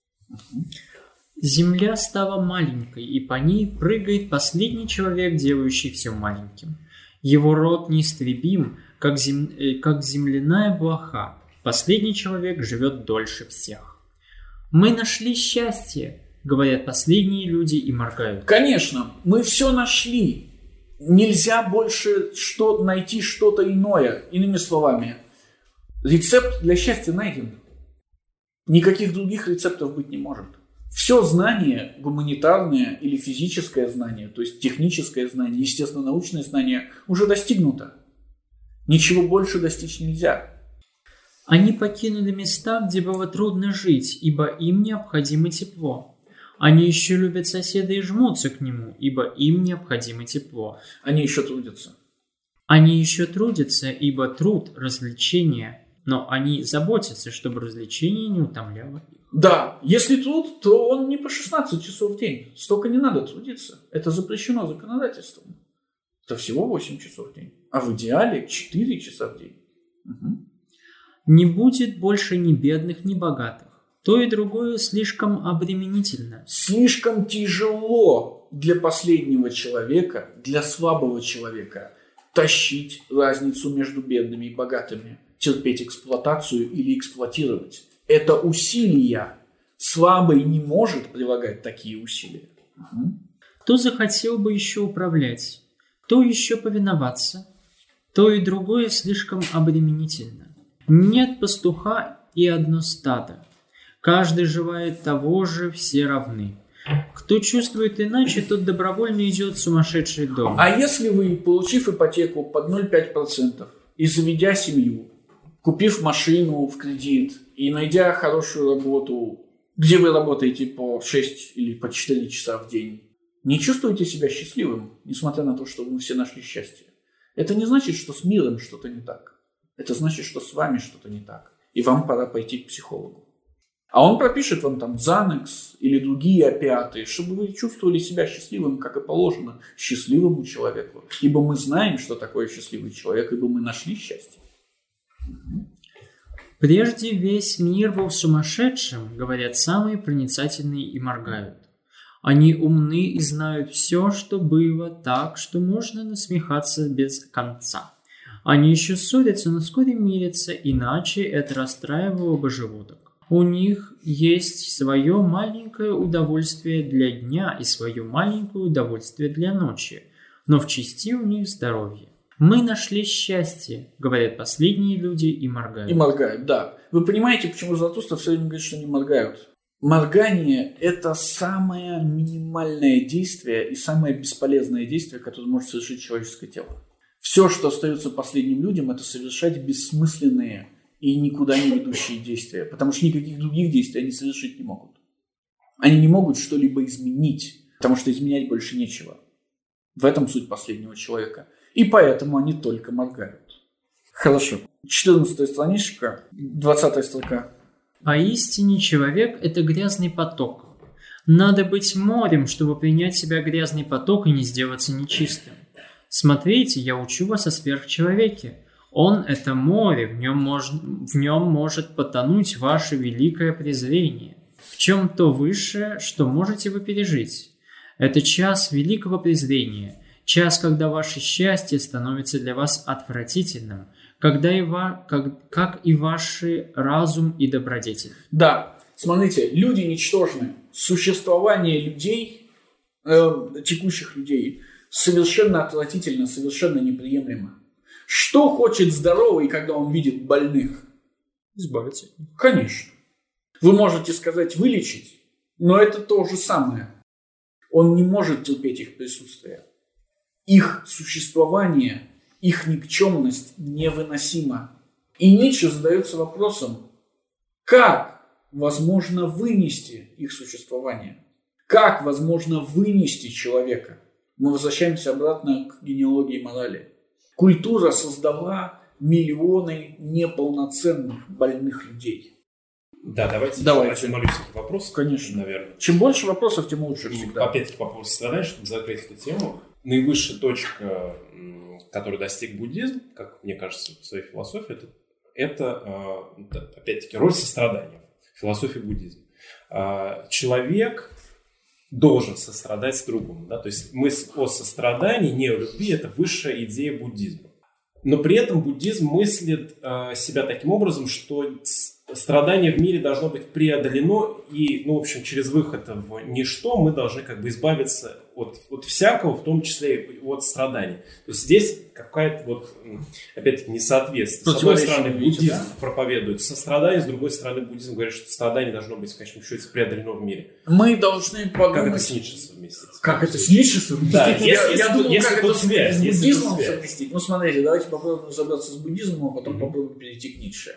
Земля стала маленькой, и по ней прыгает последний человек, делающий все маленьким. Его род неистребим, как земляная блоха. Последний человек живет дольше всех. «Мы нашли счастье», — говорят последние люди и моргают. Конечно, мы все нашли. Нельзя больше найти что-то иное. Иными словами, рецепт для счастья найден. Никаких других рецептов быть не может. Все знание, гуманитарное или физическое знание, то есть техническое знание, естественно-научное знание, уже достигнуто. Ничего больше достичь нельзя. Они покинули места, где было трудно жить, ибо им необходимо тепло. Они еще любят соседа и жмутся к нему, ибо им необходимо тепло. Они еще трудятся. Они еще трудятся, ибо труд – развлечение, но они заботятся, чтобы развлечение не утомляло их. Да, если труд, то он не по 16 часов в день. Столько не надо трудиться. Это запрещено законодательством. Это всего 8 часов в день. А в идеале 4 часа в день. Угу. Не будет больше ни бедных, ни богатых. То и другое слишком обременительно. Слишком тяжело для последнего человека, для слабого человека тащить разницу между бедными и богатыми, терпеть эксплуатацию или эксплуатировать. Это усилия. Слабый не может прилагать такие усилия. Угу. Кто захотел бы еще управлять, то еще повиноваться, то и другое слишком обременительно. Нет пастуха и одно стадо. Каждый желает того же, все равны. Кто чувствует иначе, тот добровольно идет в сумасшедший дом. А если вы, получив ипотеку под 0,5% и заведя семью, купив машину в кредит и найдя хорошую работу, где вы работаете по 6 или по 4 часа в день, не чувствуете себя счастливым, несмотря на то, что вы все нашли счастье? Это не значит, что с миром что-то не так. Это значит, что с вами что-то не так. И вам пора пойти к психологу. А он пропишет вам там Xanax или другие опиаты, чтобы вы чувствовали себя счастливым, как и положено, счастливому человеку. Ибо мы знаем, что такое счастливый человек, ибо мы нашли счастье. Прежде весь мир был сумасшедшим, говорят самые проницательные и моргают. Они умны и знают все, что было, так, что можно насмехаться без конца. Они еще ссорятся, но вскоре мирятся, иначе это расстраивало бы желудок. У них есть свое маленькое удовольствие для дня и свое маленькое удовольствие для ночи, но в части у них здоровье. «Мы нашли счастье», говорят последние люди и моргают. И моргают, да. Вы понимаете, почему Заратустра все время говорит, что они моргают? Моргание – это самое минимальное действие и самое бесполезное действие, которое может совершить человеческое тело. Все, что остается последним людям, это совершать бессмысленные и никуда не ведущие действия, потому что никаких других действий они совершить не могут. Они не могут что-либо изменить, потому что изменять больше нечего. В этом суть последнего человека. И поэтому они только моргают. Хорошо. 14 страничка, 20 строка. Поистине человек – это грязный поток. Надо быть морем, чтобы принять в себя грязный поток и не сделаться нечистым. Смотрите, я учу вас о сверхчеловеке. Он – это море, в нем может потонуть ваше великое презрение. В чем то высшее, что можете вы пережить? Это час великого презрения, час, когда ваше счастье становится для вас отвратительным, как и ваши разум и добродетель. Да, смотрите, люди ничтожны. Существование людей, текущих людей, совершенно отвратительно, совершенно неприемлемо. Что хочет здоровый, когда он видит больных? Избавиться. Конечно. Вы можете сказать вылечить, но это то же самое. Он не может терпеть их присутствие. Их существование, их никчемность невыносима. И Ницше задается вопросом, как возможно вынести их существование? Как возможно вынести человека? Мы возвращаемся обратно к генеалогии морали. Культура создала миллионы неполноценных больных людей. Да, давайте. Малюсенький вопрос. Конечно. Наверное. Чем больше вопросов, тем лучше всегда. Опять-таки по поводу сострадания, чтобы закрыть эту тему. Наивысшая точка, которую достиг буддизм, как мне кажется, в своей философии, это опять-таки роль сострадания в философии буддизма. Человек должен сострадать другому. Да? То есть мысль о сострадании, не о любви, это высшая идея буддизма. Но при этом буддизм мыслит себя таким образом, что страдание в мире должно быть преодолено, и, в общем, через выход в ничто мы должны как бы избавиться от всякого, в том числе и от страданий. То есть здесь какая-то опять-таки, несоответствие. С одной стороны, буддизм проповедует сострадание, с другой стороны, буддизм говорит, что страдание должно быть в конечном счете преодолено в мире. Мы должны подумать... Как это с Ницше совместить? Как это с Ницше совместить? Да, я думал, если как тут это связь, с буддизмом совместить. Смотрите, давайте попробуем разобраться с буддизмом, а потом попробуем перейти к Ницше.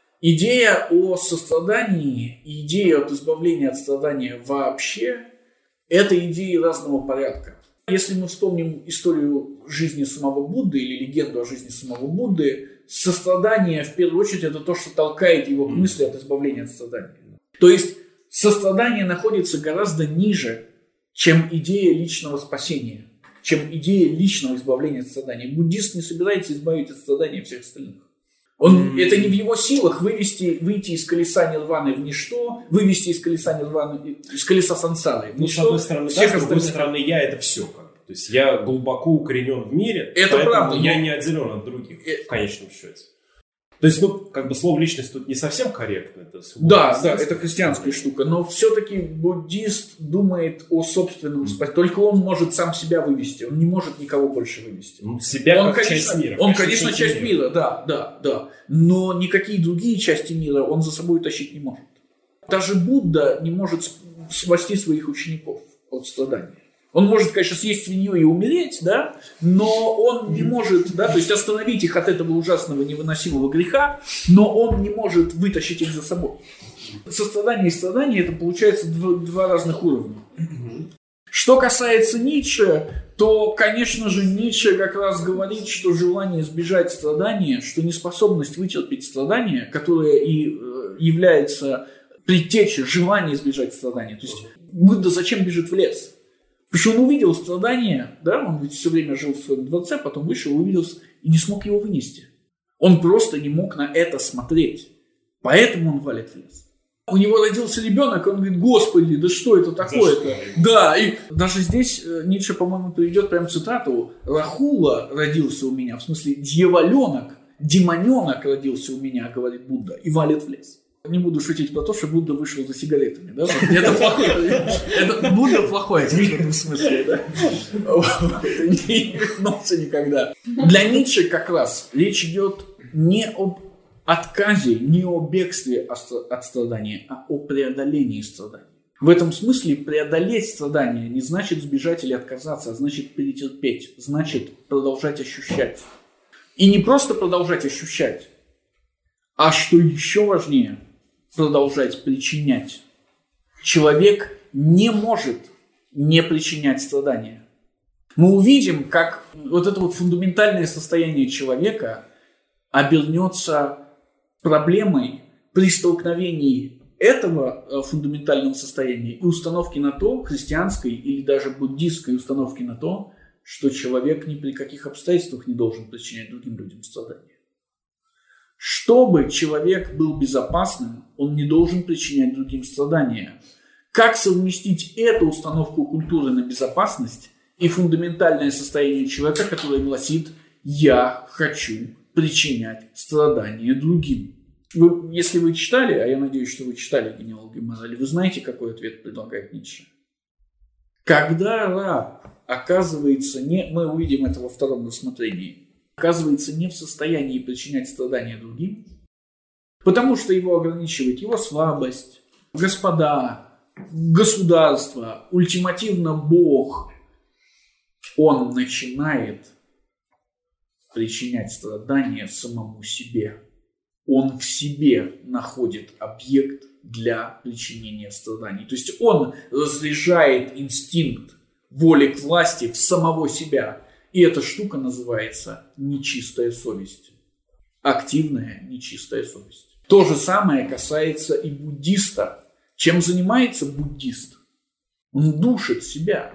Идея о сострадании и идея от избавления от страдания вообще – это идеи разного порядка. Если мы вспомним историю жизни самого Будды или легенду о жизни самого Будды, сострадание, в первую очередь, это то, что толкает его к мысли от избавления от страдания. То есть сострадание находится гораздо ниже, чем идея личного спасения, чем идея личного избавления от страдания. Буддист не собирается избавить от страдания всех остальных. Это не в его силах выйти из колеса нирваны в ничто, вывести из колеса нирваны, из колеса сансары в ничто. С одной стороны, с другой стороны, я это все. То есть я глубоко укоренен в мире, это правда, я не отделен от других в конечном счете. То есть, слово личность тут не совсем корректно. Да, это христианская штука, но все-таки буддист думает о собственном спасении. Только он может сам себя вывести, он не может никого больше вывести. Себя как часть мира. Он, конечно, часть мира, да. Но никакие другие части мира он за собой тащить не может. Даже Будда не может спасти своих учеников от страдания. Он может, конечно, съесть свинью и умереть, да, но он не может, да, то есть остановить их от этого ужасного невыносимого греха, но он не может вытащить их за собой. Сострадание и страдание – это, получается, два разных уровня. Что касается Ницше, то, конечно же, Ницше как раз говорит, что желание избежать страдания, что неспособность вытерпеть страдания, которое и является предтечей желания избежать страдания. То есть Будда зачем бежит в лес? Потому что он увидел страдания, да, он ведь все время жил в своем дворце, потом вышел, увидел и не смог его вынести. Он просто не мог на это смотреть. Поэтому он валит в лес. У него родился ребенок, и он говорит: Господи, да что это такое-то? Да, и даже здесь Ницше, по-моему, приведет прям цитату: «Рахула родился у меня», в смысле дьяволенок, демоненок родился у меня, говорит Будда, и валит в лес. Не буду шутить про то, что Будда вышел за сигаретами. Да? Это плохое. Это Будда плохой в этом смысле. Да? Не вернулся никогда. Для Ницше как раз речь идет не об отказе, не о бегстве от страдания, а о преодолении страданий. В этом смысле преодолеть страдания не значит сбежать или отказаться, а значит перетерпеть, значит продолжать ощущать. И не просто продолжать ощущать, а что еще важнее, продолжать причинять. Человек не может не причинять страдания. Мы увидим, как вот это вот фундаментальное состояние человека обернется проблемой при столкновении этого фундаментального состояния и установки на то, христианской или даже буддистской установки на то, что человек ни при каких обстоятельствах не должен причинять другим людям страдания. Чтобы человек был безопасным, он не должен причинять другим страдания. Как совместить эту установку культуры на безопасность и фундаментальное состояние человека, которое гласит: «Я хочу причинять страдания другим»? Если вы читали, а я надеюсь, что вы читали «Генеалогию морали», вы знаете, какой ответ предлагает Ницше? Когда раб оказывается мы увидим это во втором рассмотрении, оказывается не в состоянии причинять страдания другим, потому что его ограничивает его слабость, господа, государство, ультимативно Бог, он начинает причинять страдания самому себе. Он в себе находит объект для причинения страданий. То есть он разряжает инстинкт воли к власти в самого себя. И эта штука называется нечистая совесть. активная нечистая совесть. То же самое касается и буддиста. Чем занимается буддист? Он душит себя.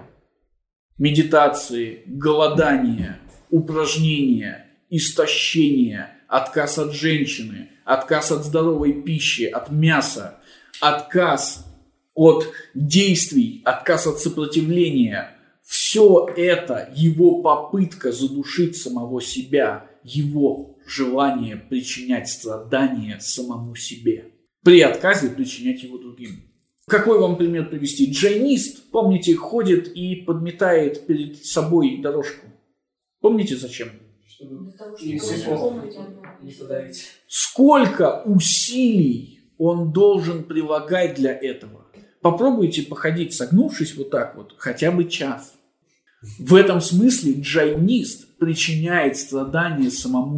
Медитации, голодание, упражнения, истощение, отказ от женщины, отказ от здоровой пищи, от мяса, отказ от действий, отказ от сопротивления. Все это его попытка задушить самого себя, его желание причинять страдания самому себе, при отказе причинять его другим. Какой вам пример привести? Джайнист, помните, ходит и подметает перед собой дорожку. Помните зачем? Для того, чтобы не подавить. Сколько усилий он должен прилагать для этого? Попробуйте походить, согнувшись вот так вот, хотя бы час. В этом смысле джайнист причиняет страдания самому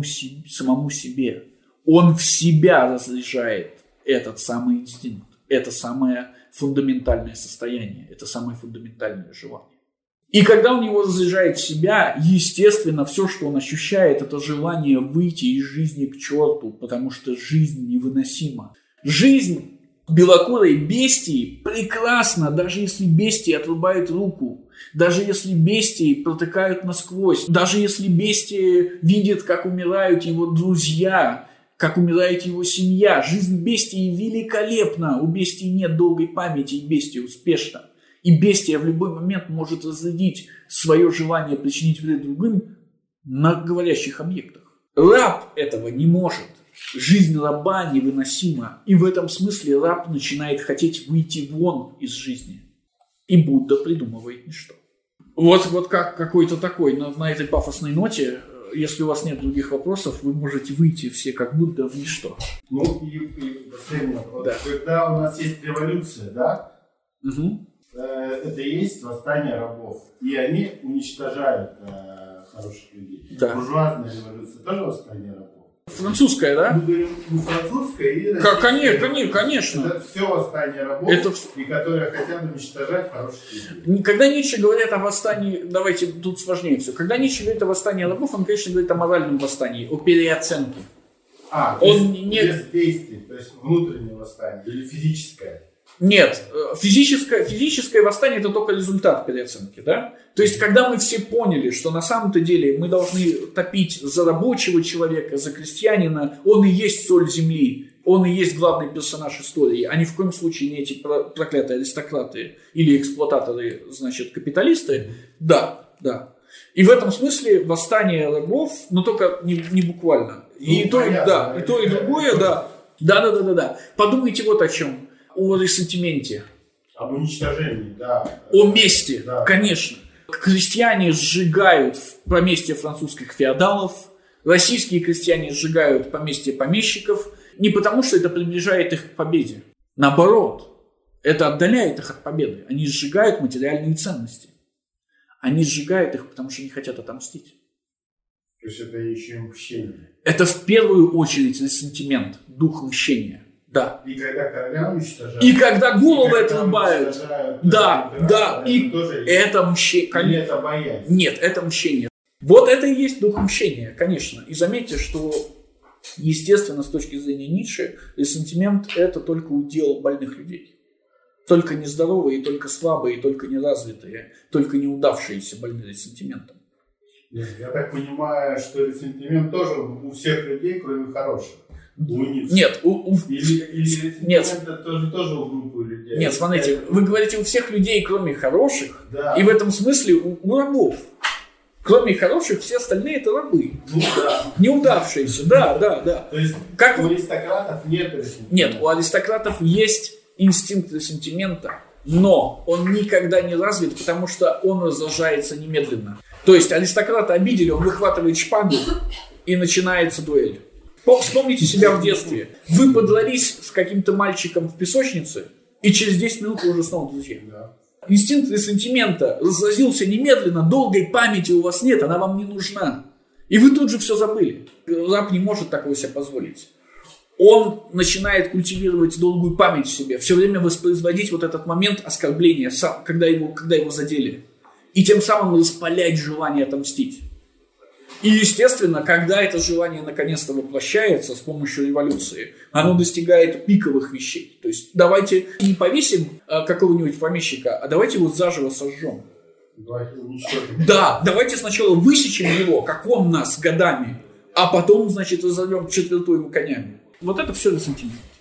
себе. Он в себя разряжает этот самый инстинкт. Это самое фундаментальное состояние, это самое фундаментальное желание. И когда у него разряжает в себя, естественно, все, что он ощущает, это желание выйти из жизни к черту, потому что жизнь невыносима. Жизнь белокурой бестии прекрасна, даже если бестии отрубают руку, даже если бестии протыкают насквозь, даже если бестии видит, как умирают его друзья, как умирает его семья. Жизнь бестии великолепна. У бестии нет долгой памяти, и бестия успешна. И бестия в любой момент может разрядить свое желание причинить вред другим на говорящих объектах. Раб этого не может. Жизнь раба невыносима. И в этом смысле раб начинает хотеть выйти вон из жизни. И Будда придумывает ничто. Вот как какой-то такой, на этой пафосной ноте. Если у вас нет других вопросов, вы можете выйти все как будто в ничто. Ну и последний вопрос. Да. Когда у нас есть революция, да, Угу. это и есть восстание рабов. И они уничтожают хороших людей. Да. Буржуазная революция тоже восстание рабов. Французская, да? Мы говорим французская и российская. Конечно. Это все восстание рабов, и которые хотят уничтожать хороших людей. Когда Ницше говорит о восстании, давайте тут сложнее все. Когда Ницше говорит о восстании рабов, он, конечно, говорит о моральном восстании, о переоценке. Он без действий, то есть внутреннее восстание или физическое. Нет, физическое восстание – это только результат переоценки, да? То есть, когда мы все поняли, что на самом-то деле мы должны топить за рабочего человека, за крестьянина, он и есть соль земли, он и есть главный персонаж истории, а ни в коем случае не эти проклятые аристократы или эксплуататоры, значит, капиталисты, да. И в этом смысле восстание рабов, но только не буквально. И то, и другое, да. Да. Подумайте вот о чем. О ресентименте. Об уничтожении, да. О мести, да. Конечно. Крестьяне сжигают поместья французских феодалов, российские крестьяне сжигают поместья помещиков, не потому что это приближает их к победе. Наоборот, это отдаляет их от победы. Они сжигают материальные ценности. Они сжигают их, потому что не хотят отомстить. То есть это еще и мщение. Это в первую очередь ресентимент, дух мщения. Да. И когда короля уничтожают. И когда головы отрубают. Да. И это мщение. Или это боязнь? Нет, это мщение. Вот это и есть дух мщения, конечно. И заметьте, что, естественно, с точки зрения Ницше, ресентимент – это только удел больных людей. Только нездоровые, только слабые, только неразвитые, только неудавшиеся больны ресентиментом. Я так понимаю, что ресентимент тоже у всех людей, кроме хороших. Нет, Нет, это тоже у группы людей. Нет, смотрите, вы говорите у всех людей, кроме хороших, да. И в этом смысле у рабов. Кроме хороших, все остальные это рабы. Ну да. Неудавшиеся, да. То есть как у аристократов нет ресентимента? Нет, у аристократов есть инстинкт ресентимента, но он никогда не развит, потому что он разражается немедленно. То есть аристократа обидели, он выхватывает шпагу и начинается дуэль. Вспомните себя в детстве. Вы подрались с каким-то мальчиком в песочнице, и через 10 минут вы уже снова друзья. Да. Инстинкт ресентимента разразился немедленно, долгой памяти у вас нет, она вам не нужна. И вы тут же все забыли. Раб не может такого себе позволить. Он начинает культивировать долгую память в себе, все время воспроизводить вот этот момент оскорбления, когда его задели. И тем самым распалять желание отомстить. И, естественно, когда это желание наконец-то воплощается с помощью революции, оно достигает пиковых вещей. То есть давайте не повесим какого-нибудь помещика, а давайте его заживо сожжем. Давайте уничтожим. Да, давайте сначала высечем его, как он нас годами, а потом, значит, разорвем, четвертуем конями. Вот это все ресентимент.